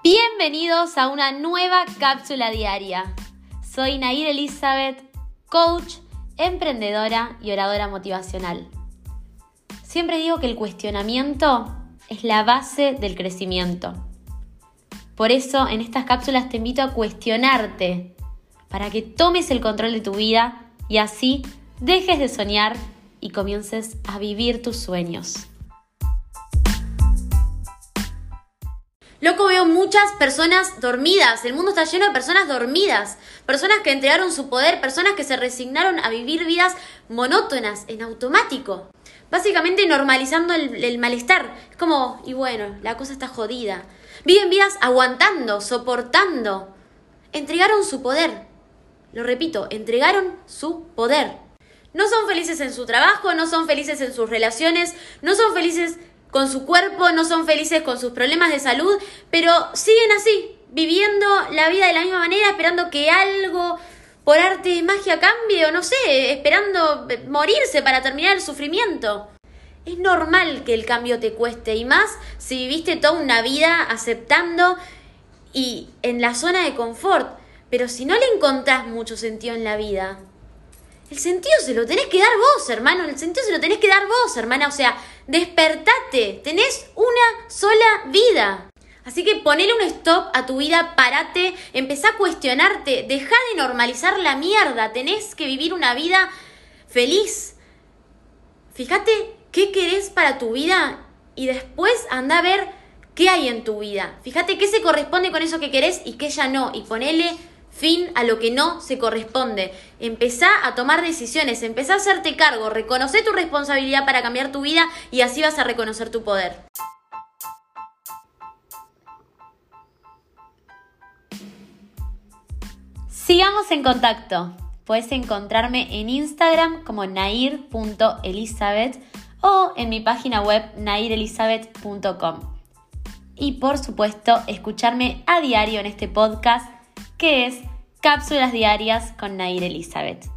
Bienvenidos a una nueva cápsula diaria. Soy Nair Elizabeth, coach, emprendedora y oradora motivacional. Siempre digo que el cuestionamiento es la base del crecimiento. Por eso en estas cápsulas te invito a cuestionarte para que tomes el control de tu vida y así dejes de soñar y comiences a vivir tus sueños. Loco, veo muchas personas dormidas. El mundo está lleno de personas dormidas. Personas que entregaron su poder, personas que se resignaron a vivir vidas monótonas, en automático. Básicamente normalizando el malestar. Es como, y bueno, la cosa está jodida. Viven vidas aguantando, soportando. Entregaron su poder. Lo repito, entregaron su poder. No son felices en su trabajo, no son felices en sus relaciones, no son felices con su cuerpo, no son felices con sus problemas de salud, pero siguen así, viviendo la vida de la misma manera, esperando que algo por arte de magia cambie, o no sé, esperando morirse para terminar el sufrimiento. Es normal que el cambio te cueste, y más si viviste toda una vida aceptando y en la zona de confort. Pero si no le encontrás mucho sentido en la vida, el sentido se lo tenés que dar vos, hermano. El sentido se lo tenés que dar vos, hermana. O sea, despertate. Tenés una sola vida. Así que ponele un stop a tu vida, parate, empezá a cuestionarte. Dejá de normalizar la mierda. Tenés que vivir una vida feliz. Fíjate qué querés para tu vida y después andá a ver qué hay en tu vida. Fíjate qué se corresponde con eso que querés y qué ya no. Y ponele fin a lo que no se corresponde. Empezá a tomar decisiones, empezá a hacerte cargo, reconoce tu responsabilidad para cambiar tu vida y así vas a reconocer tu poder. Sigamos en contacto. Puedes encontrarme en Instagram como nair.elizabeth o en mi página web nairelizabeth.com. Y por supuesto, escucharme a diario en este podcast que es Cápsulas Diarias con Nair Elizabeth.